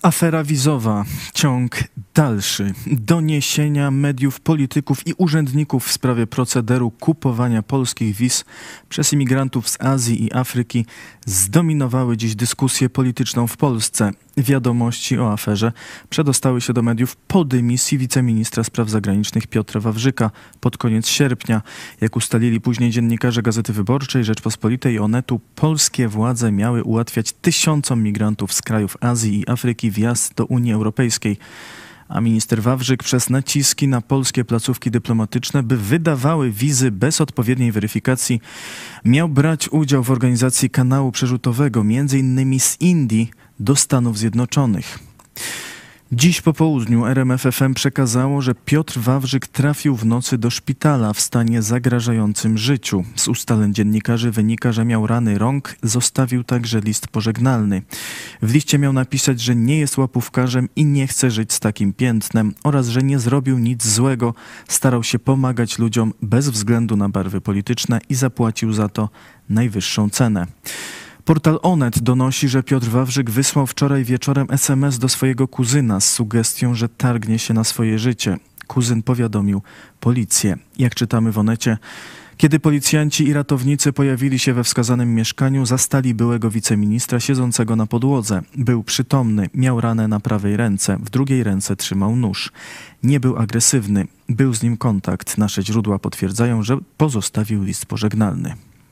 Afera wizowa, ciąg dalszy. Doniesienia mediów, polityków i urzędników w sprawie procederu kupowania polskich wiz przez imigrantów z Azji i Afryki zdominowały dziś dyskusję polityczną w Polsce. Wiadomości o aferze przedostały się do mediów po dymisji wiceministra spraw zagranicznych Piotra Wawrzyka pod koniec sierpnia. Jak ustalili później dziennikarze Gazety Wyborczej, Rzeczpospolitej i Onetu, polskie władze miały ułatwiać tysiącom migrantów z krajów Azji i Afryki wjazd do Unii Europejskiej. A minister Wawrzyk przez naciski na polskie placówki dyplomatyczne, by wydawały wizy bez odpowiedniej weryfikacji, miał brać udział w organizacji kanału przerzutowego, m.in. z Indii do Stanów Zjednoczonych. Dziś po południu RMF FM przekazało, że Piotr Wawrzyk trafił w nocy do szpitala w stanie zagrażającym życiu. Z ustaleń dziennikarzy wynika, że miał rany rąk, zostawił także list pożegnalny. W liście miał napisać, że nie jest łapówkarzem i nie chce żyć z takim piętnem oraz że nie zrobił nic złego, starał się pomagać ludziom bez względu na barwy polityczne i zapłacił za to najwyższą cenę. Portal Onet donosi, że Piotr Wawrzyk wysłał wczoraj wieczorem SMS do swojego kuzyna z sugestią, że targnie się na swoje życie. Kuzyn powiadomił policję. Jak czytamy w Onecie, kiedy policjanci i ratownicy pojawili się we wskazanym mieszkaniu, zastali byłego wiceministra siedzącego na podłodze. Był przytomny, miał ranę na prawej ręce, w drugiej ręce trzymał nóż. Nie był agresywny, był z nim kontakt. Nasze źródła potwierdzają, że pozostawił list pożegnalny.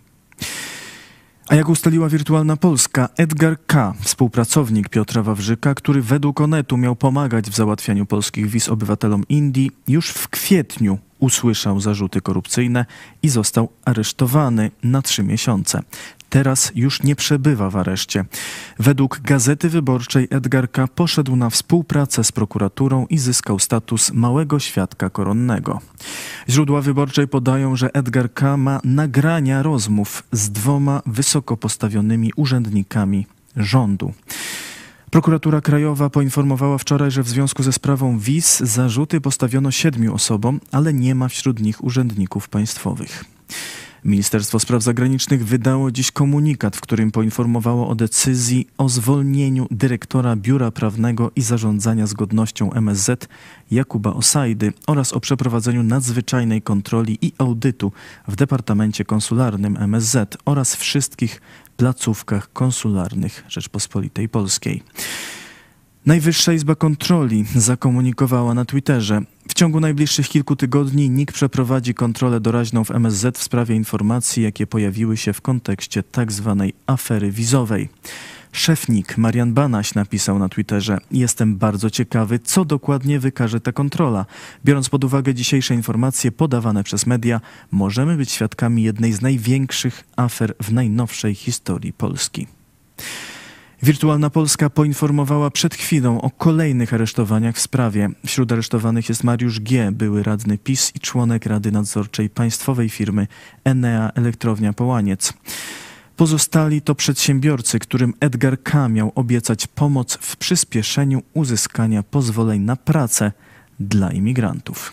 A jak ustaliła Wirtualna Polska, Edgar K., współpracownik Piotra Wawrzyka, który według Onetu miał pomagać w załatwianiu polskich wiz obywatelom Indii, już w kwietniu usłyszał zarzuty korupcyjne i został aresztowany na 3 miesiące. Teraz już nie przebywa w areszcie. Według Gazety Wyborczej Edgar K. poszedł na współpracę z prokuraturą i zyskał status małego świadka koronnego. Źródła wyborczej podają, że Edgar K. ma nagrania rozmów z 2 wysoko postawionymi urzędnikami rządu. Prokuratura Krajowa poinformowała wczoraj, że w związku ze sprawą wiz zarzuty postawiono 7 osobom, ale nie ma wśród nich urzędników państwowych. Ministerstwo Spraw Zagranicznych wydało dziś komunikat, w którym poinformowało o decyzji o zwolnieniu dyrektora Biura Prawnego i Zarządzania Zgodnością MSZ Jakuba Osajdy oraz o przeprowadzeniu nadzwyczajnej kontroli i audytu w Departamencie Konsularnym MSZ oraz wszystkich placówkach konsularnych Rzeczpospolitej Polskiej. Najwyższa Izba Kontroli zakomunikowała na Twitterze: w ciągu najbliższych kilku tygodni NIK przeprowadzi kontrolę doraźną w MSZ w sprawie informacji, jakie pojawiły się w kontekście tzw. afery wizowej. Szef NIK Marian Banaś napisał na Twitterze: jestem bardzo ciekawy, co dokładnie wykaże ta kontrola. Biorąc pod uwagę dzisiejsze informacje podawane przez media, możemy być świadkami jednej z największych afer w najnowszej historii Polski. Wirtualna Polska poinformowała przed chwilą o kolejnych aresztowaniach w sprawie. Wśród aresztowanych jest Mariusz G., były radny PiS i członek Rady Nadzorczej państwowej firmy Enea Elektrownia Połaniec. Pozostali to przedsiębiorcy, którym Edgar K. miał obiecać pomoc w przyspieszeniu uzyskania pozwoleń na pracę dla imigrantów.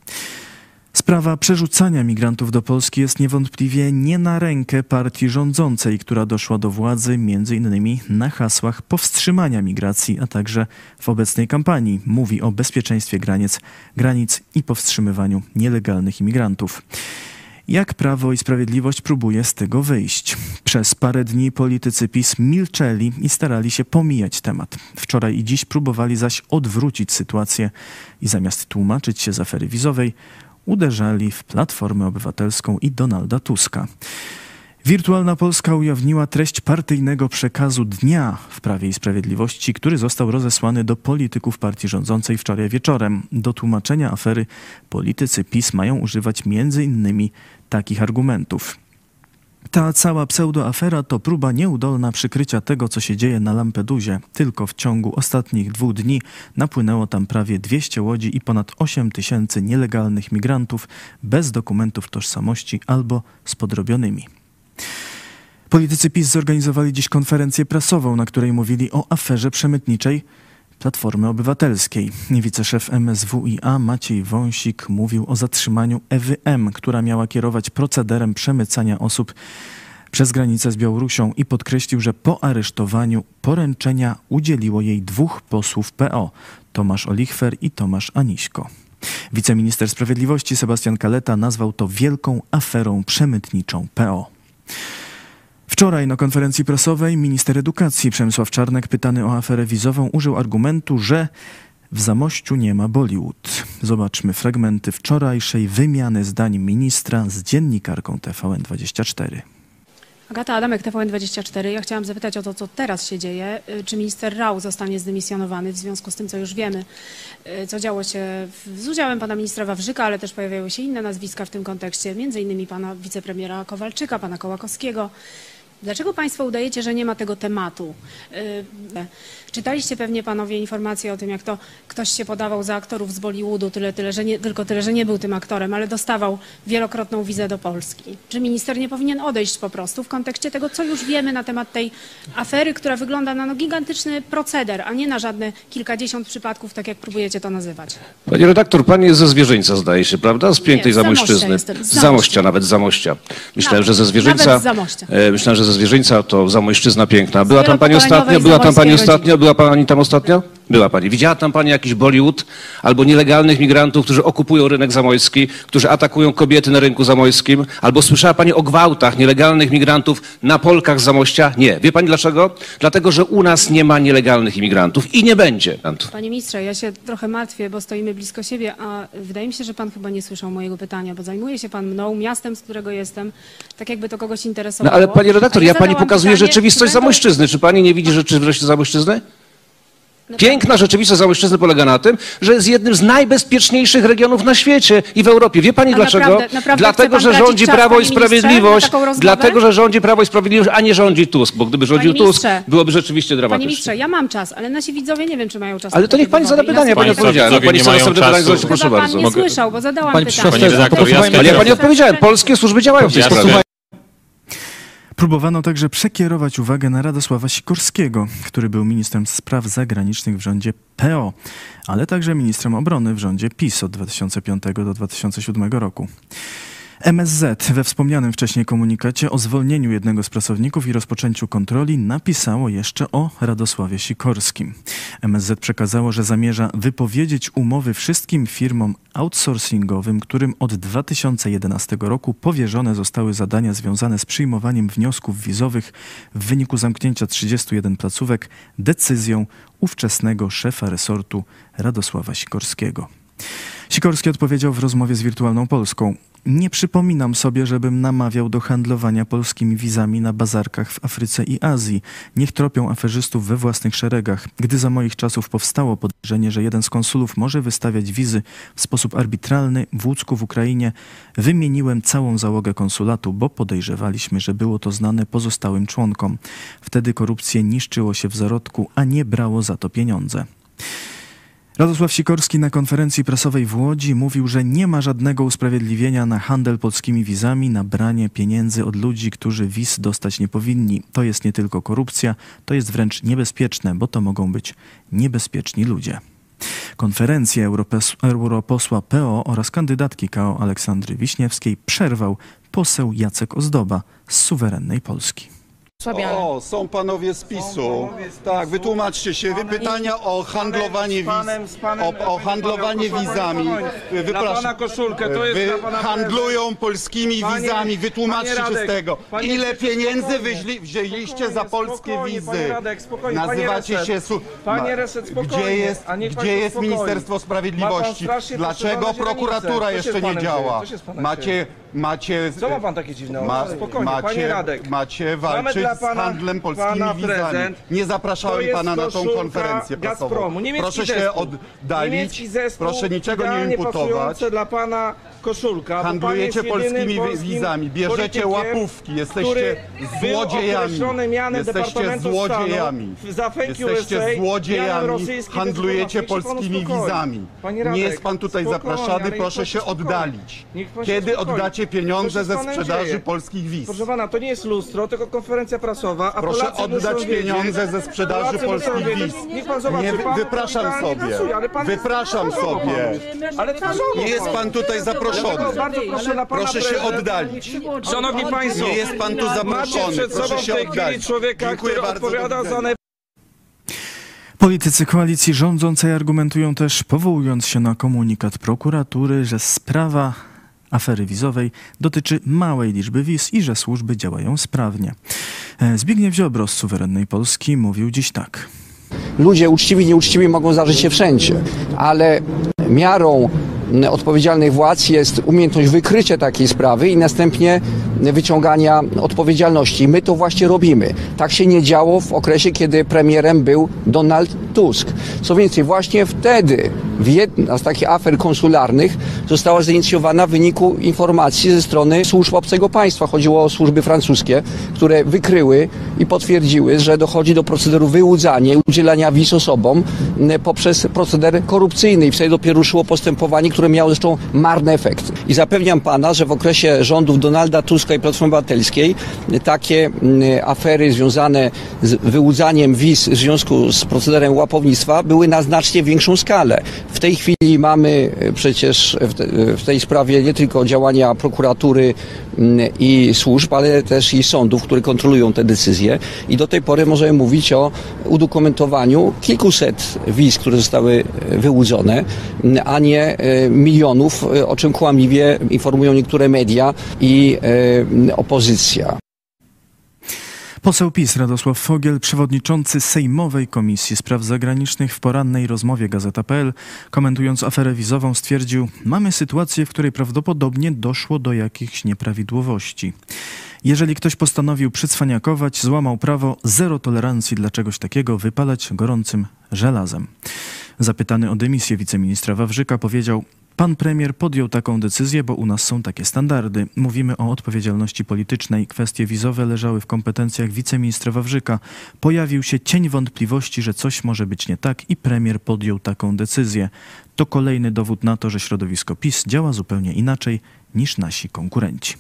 Sprawa przerzucania migrantów do Polski jest niewątpliwie nie na rękę partii rządzącej, która doszła do władzy m.in. na hasłach powstrzymania migracji, a także w obecnej kampanii mówi o bezpieczeństwie granic i powstrzymywaniu nielegalnych imigrantów. Jak Prawo i Sprawiedliwość próbuje z tego wyjść? Przez parę dni politycy PiS milczeli i starali się pomijać temat. Wczoraj i dziś próbowali zaś odwrócić sytuację i zamiast tłumaczyć się z afery wizowej, uderzali w Platformę Obywatelską i Donalda Tuska. Wirtualna Polska ujawniła treść partyjnego przekazu dnia w Prawie i Sprawiedliwości, który został rozesłany do polityków partii rządzącej wczoraj wieczorem. Do tłumaczenia afery politycy PiS mają używać m.in. takich argumentów. Ta cała pseudoafera to próba nieudolna przykrycia tego, co się dzieje na Lampedusie. Tylko w ciągu ostatnich 2 dni napłynęło tam prawie 200 łodzi i ponad 8 000 nielegalnych migrantów bez dokumentów tożsamości albo z podrobionymi. Politycy PiS zorganizowali dziś konferencję prasową, na której mówili o aferze przemytniczej Platformy Obywatelskiej. Wiceszef MSWiA Maciej Wąsik mówił o zatrzymaniu Ewy M., która miała kierować procederem przemycania osób przez granicę z Białorusią i podkreślił, że po aresztowaniu poręczenia udzieliło jej 2 posłów PO, Tomasz Olichwer i Tomasz Aniśko. Wiceminister Sprawiedliwości Sebastian Kaleta nazwał to wielką aferą przemytniczą PO. Wczoraj na konferencji prasowej minister edukacji Przemysław Czarnek, pytany o aferę wizową, użył argumentu, że w Zamościu nie ma Bollywood. Zobaczmy fragmenty wczorajszej wymiany zdań ministra z dziennikarką TVN24. Agata Adamek, TVN24. Ja chciałam zapytać o to, co teraz się dzieje. Czy minister Rau zostanie zdymisjonowany w związku z tym, co już wiemy, co działo się z udziałem pana ministra Wawrzyka, ale też pojawiały się inne nazwiska w tym kontekście, między innymi pana wicepremiera Kowalczyka, pana Kołakowskiego. Dlaczego państwo udajecie, że nie ma tego tematu? Czytaliście pewnie panowie informacje o tym, jak to ktoś się podawał za aktorów z Bollywoodu, tylko tyle, że nie był tym aktorem, ale dostawał wielokrotną wizę do Polski. Czy minister nie powinien odejść po prostu w kontekście tego, co już wiemy na temat tej afery, która wygląda na gigantyczny proceder, a nie na żadne kilkadziesiąt przypadków, tak jak próbujecie to nazywać? Pani redaktor, pani jest ze Zwierzyńca, zdaje się, prawda? Z pięknej Zamościzny. Z Zamościa, nawet z Zamościa. Myślałem, że ze Zwierzyńca. Nawet z Zamościa. Myślałem, że ze Zwierzyńca to Zamojszczyzna piękna. Była tam pani ostatnio? Była tam pani ostatnio? Była pani tam ostatnio? Była pani. Widziała tam pani jakiś Bollywood albo nielegalnych migrantów, którzy okupują rynek zamojski, którzy atakują kobiety na rynku zamojskim? Albo słyszała pani o gwałtach nielegalnych migrantów na Polkach z Zamościa? Nie. Wie pani dlaczego? Dlatego, że u nas nie ma nielegalnych imigrantów i nie będzie. Panie ministrze, ja się trochę martwię, bo stoimy blisko siebie, a wydaje mi się, że pan chyba nie słyszał mojego pytania, bo zajmuje się pan mną, miastem, z którego jestem, tak jakby to kogoś interesowało. No ale pani redaktor, ja pani pokazuję rzeczywistość Zamojszczyzny. Czy pani nie widzi rzeczywistości Zamojszczyzny? Piękna rzeczywistość Zamojszczyzny polega na tym, że jest jednym z najbezpieczniejszych regionów na świecie i w Europie. Wie pani dlaczego? Dlatego, że rządzi Prawo i Sprawiedliwość. Dlatego, że rządzi Prawo i Sprawiedliwość, a nie rządzi Tusk. Bo gdyby rządził Tusk, byłoby rzeczywiście dramatycznie. Panie ministrze, ja mam czas, ale nasi widzowie nie wiem, czy mają czas. Ale to niech pani zada pytania, pani odpowiedziała. Pani chce następne pytanie, proszę bardzo. Pan nie słyszał, bo zadałam pytanie. Ale ja pani odpowiedziałem. Polskie służby działają w tej sprawie. Próbowano także przekierować uwagę na Radosława Sikorskiego, który był ministrem spraw zagranicznych w rządzie PO, ale także ministrem obrony w rządzie PiS od 2005 do 2007 roku. MSZ we wspomnianym wcześniej komunikacie o zwolnieniu jednego z pracowników i rozpoczęciu kontroli napisało jeszcze o Radosławie Sikorskim. MSZ przekazało, że zamierza wypowiedzieć umowy wszystkim firmom outsourcingowym, którym od 2011 roku powierzone zostały zadania związane z przyjmowaniem wniosków wizowych w wyniku zamknięcia 31 placówek decyzją ówczesnego szefa resortu Radosława Sikorskiego. Sikorski odpowiedział w rozmowie z Wirtualną Polską: nie przypominam sobie, żebym namawiał do handlowania polskimi wizami na bazarkach w Afryce i Azji. Niech tropią aferzystów we własnych szeregach. Gdy za moich czasów powstało podejrzenie, że jeden z konsulów może wystawiać wizy w sposób arbitralny w Łucku w Ukrainie, wymieniłem całą załogę konsulatu, bo podejrzewaliśmy, że było to znane pozostałym członkom. Wtedy korupcję niszczyło się w zarodku, a nie brało za to pieniądze. Radosław Sikorski na konferencji prasowej w Łodzi mówił, że nie ma żadnego usprawiedliwienia na handel polskimi wizami, na branie pieniędzy od ludzi, którzy wiz dostać nie powinni. To jest nie tylko korupcja, to jest wręcz niebezpieczne, bo to mogą być niebezpieczni ludzie. Konferencję europosła PO oraz kandydatki KO Aleksandry Wiśniewskiej przerwał poseł Jacek Ozdoba z Suwerennej Polski. O, są panowie z PiS-u. Tak, wytłumaczcie się. Pytania o handlowanie o handlowanie wizami. Dla pana koszulkę, to jest dla pana handlują polskimi wizami. Wytłumaczcie się z tego. Ile pieniędzy wzięliście za polskie wizy? Nazywacie się... Gdzie jest Ministerstwo Sprawiedliwości? Dlaczego prokuratura jeszcze nie działa? Co ma pan takie dziwne oczy? Spokojnie, panie Radek. Macie walczyć z handlem polskimi wizami. Nie zapraszałem pana na tą konferencję prasową. Proszę się oddalić, proszę niczego nie imputować. Dla pana koszulka, handlujecie polskimi wizami, bierzecie łapówki, jesteście złodziejami. Jesteście złodziejami. Jesteście złodziejami, handlujecie polskimi wizami. Nie jest pan tutaj zapraszany, proszę się oddalić. Kiedy oddacie pieniądze ze sprzedaży polskich wiz? Proszę pana, to nie jest lustro, tylko konferencja prasowa, a proszę oddać pieniądze ze sprzedaży polskich wiz. Niech pan zobaczy. Wypraszam sobie. Wypraszam sobie. Ale nie jest pan tutaj zaproszony. zaproszony. Bardzo proszę na pana Proszę się oddalić. Szanowni Państwo, Nie jest pan tu zaproszony. macie przed sobą Proszę w się tej chwili oddalić. człowieka, Dziękuję który bardzo, odpowiada do za widzenia. Politycy koalicji rządzącej argumentują też, powołując się na komunikat prokuratury, że sprawa afery wizowej dotyczy małej liczby wiz i że służby działają sprawnie. Zbigniew Ziobro z Suwerennej Polski mówił dziś tak. Ludzie uczciwi, nieuczciwi mogą zdarzyć się wszędzie, ale miarą odpowiedzialnych władz jest umiejętność wykrycia takiej sprawy i następnie wyciągania odpowiedzialności. My to właśnie robimy. Tak się nie działo w okresie, kiedy premierem był Donald Tusk. Co więcej, właśnie wtedy jedna z takich afer konsularnych została zainicjowana w wyniku informacji ze strony służb obcego państwa. Chodziło o służby francuskie, które wykryły i potwierdziły, że dochodzi do procederu wyłudzania i udzielania wiz osobom poprzez proceder korupcyjny i wtedy dopiero ruszyło postępowanie, które miało zresztą marne efekty. I zapewniam pana, że w okresie rządów Donalda Tuska i Platformy Obywatelskiej takie afery związane z wyłudzaniem wiz w związku z procederem łapownictwa były na znacznie większą skalę. W tej chwili mamy przecież w tej sprawie nie tylko działania prokuratury i służb, ale też i sądów, które kontrolują te decyzje i do tej pory możemy mówić o udokumentowaniu kilkuset wiz, które zostały wyłudzone, a nie milionów, o czym kłamliwie informują niektóre media i opozycja. Poseł PiS Radosław Fogiel, przewodniczący Sejmowej Komisji Spraw Zagranicznych, w porannej rozmowie Gazeta.pl, komentując aferę wizową, stwierdził: mamy sytuację, w której prawdopodobnie doszło do jakichś nieprawidłowości. Jeżeli ktoś postanowił przycwaniakować, złamał prawo, zero tolerancji dla czegoś takiego, wypalać gorącym żelazem. Zapytany o dymisję wiceministra Wawrzyka powiedział: pan premier podjął taką decyzję, bo u nas są takie standardy. Mówimy o odpowiedzialności politycznej. Kwestie wizowe leżały w kompetencjach wiceministra Wawrzyka. Pojawił się cień wątpliwości, że coś może być nie tak i premier podjął taką decyzję. To kolejny dowód na to, że środowisko PiS działa zupełnie inaczej niż nasi konkurenci.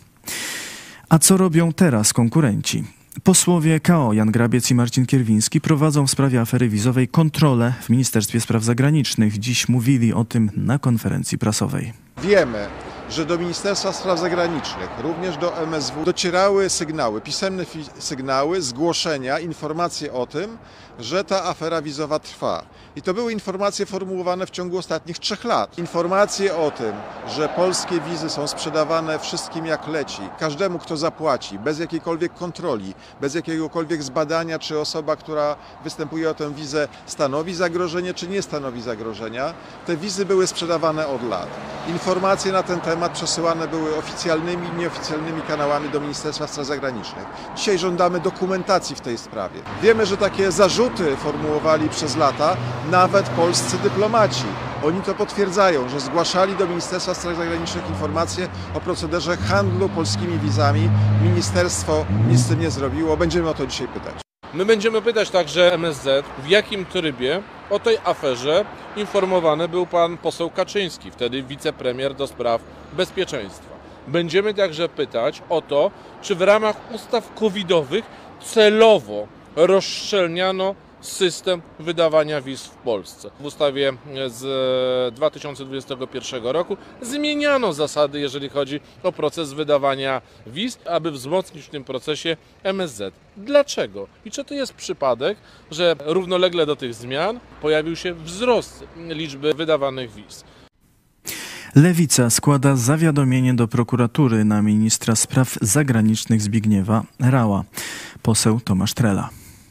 A co robią teraz konkurenci? Posłowie KO Jan Grabiec i Marcin Kierwiński prowadzą w sprawie afery wizowej kontrolę w Ministerstwie Spraw Zagranicznych. Dziś mówili o tym na konferencji prasowej. Wiemy, że do Ministerstwa Spraw Zagranicznych, również do MSW docierały sygnały, pisemne sygnały, zgłoszenia, informacje o tym, że ta afera wizowa trwa. I to były informacje formułowane w ciągu ostatnich 3 lat. Informacje o tym, że polskie wizy są sprzedawane wszystkim jak leci, każdemu kto zapłaci, bez jakiejkolwiek kontroli, bez jakiegokolwiek zbadania, czy osoba, która występuje o tę wizę, stanowi zagrożenie, czy nie stanowi zagrożenia. Te wizy były sprzedawane od lat. Informacje na ten temat przesyłane były oficjalnymi i nieoficjalnymi kanałami do Ministerstwa Spraw Zagranicznych. Dzisiaj żądamy dokumentacji w tej sprawie. Wiemy, że takie zarzuty formułowali przez lata nawet polscy dyplomaci. Oni to potwierdzają, że zgłaszali do Ministerstwa Spraw Zagranicznych informacje o procederze handlu polskimi wizami. Ministerstwo nic z tym nie zrobiło. Będziemy o to dzisiaj pytać. My będziemy pytać także MSZ, w jakim trybie o tej aferze informowany był pan poseł Kaczyński, wtedy wicepremier do spraw bezpieczeństwa. Będziemy także pytać o to, czy w ramach ustaw covidowych celowo rozszczelniano system wydawania wiz w Polsce. W ustawie z 2021 roku zmieniano zasady, jeżeli chodzi o proces wydawania wiz, aby wzmocnić w tym procesie MSZ. Dlaczego? I czy to jest przypadek, że równolegle do tych zmian pojawił się wzrost liczby wydawanych wiz? Lewica składa zawiadomienie do prokuratury na ministra spraw zagranicznych Zbigniewa Raua. Poseł Tomasz Trela.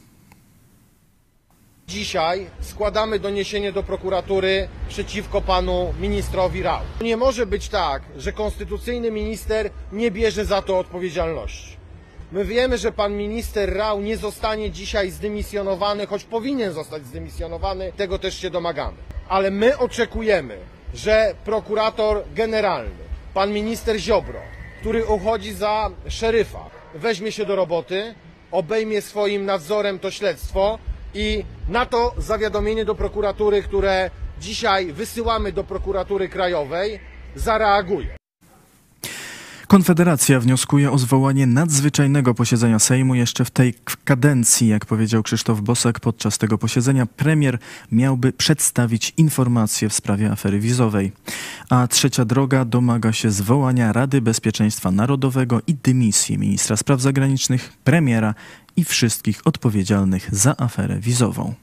Dzisiaj składamy doniesienie do prokuratury przeciwko panu ministrowi Rau. Nie może być tak, że konstytucyjny minister nie bierze za to odpowiedzialności. My wiemy, że pan minister Rau nie zostanie dzisiaj zdymisjonowany, choć powinien zostać zdymisjonowany, tego też się domagamy. Ale my oczekujemy, że prokurator generalny, pan minister Ziobro, który uchodzi za szeryfa, weźmie się do roboty, obejmie swoim nadzorem to śledztwo i na to zawiadomienie do prokuratury, które dzisiaj wysyłamy do prokuratury krajowej, zareaguje. Konfederacja wnioskuje o zwołanie nadzwyczajnego posiedzenia Sejmu jeszcze w tej kadencji. Jak powiedział Krzysztof Bosak, podczas tego posiedzenia premier miałby przedstawić informacje w sprawie afery wizowej. A Trzecia Droga domaga się zwołania Rady Bezpieczeństwa Narodowego i dymisji ministra spraw zagranicznych, premiera i wszystkich odpowiedzialnych za aferę wizową.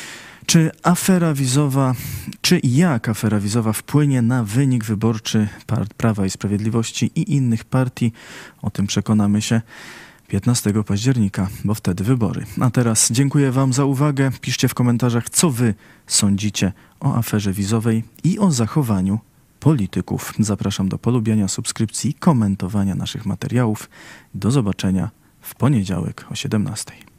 Czy jak afera wizowa wpłynie na wynik wyborczy Prawa i Sprawiedliwości i innych partii? O tym przekonamy się 15 października, bo wtedy wybory. A teraz dziękuję Wam za uwagę. Piszcie w komentarzach, co Wy sądzicie o aferze wizowej i o zachowaniu polityków. Zapraszam do polubiania, subskrypcji i komentowania naszych materiałów. Do zobaczenia w poniedziałek o 17:00.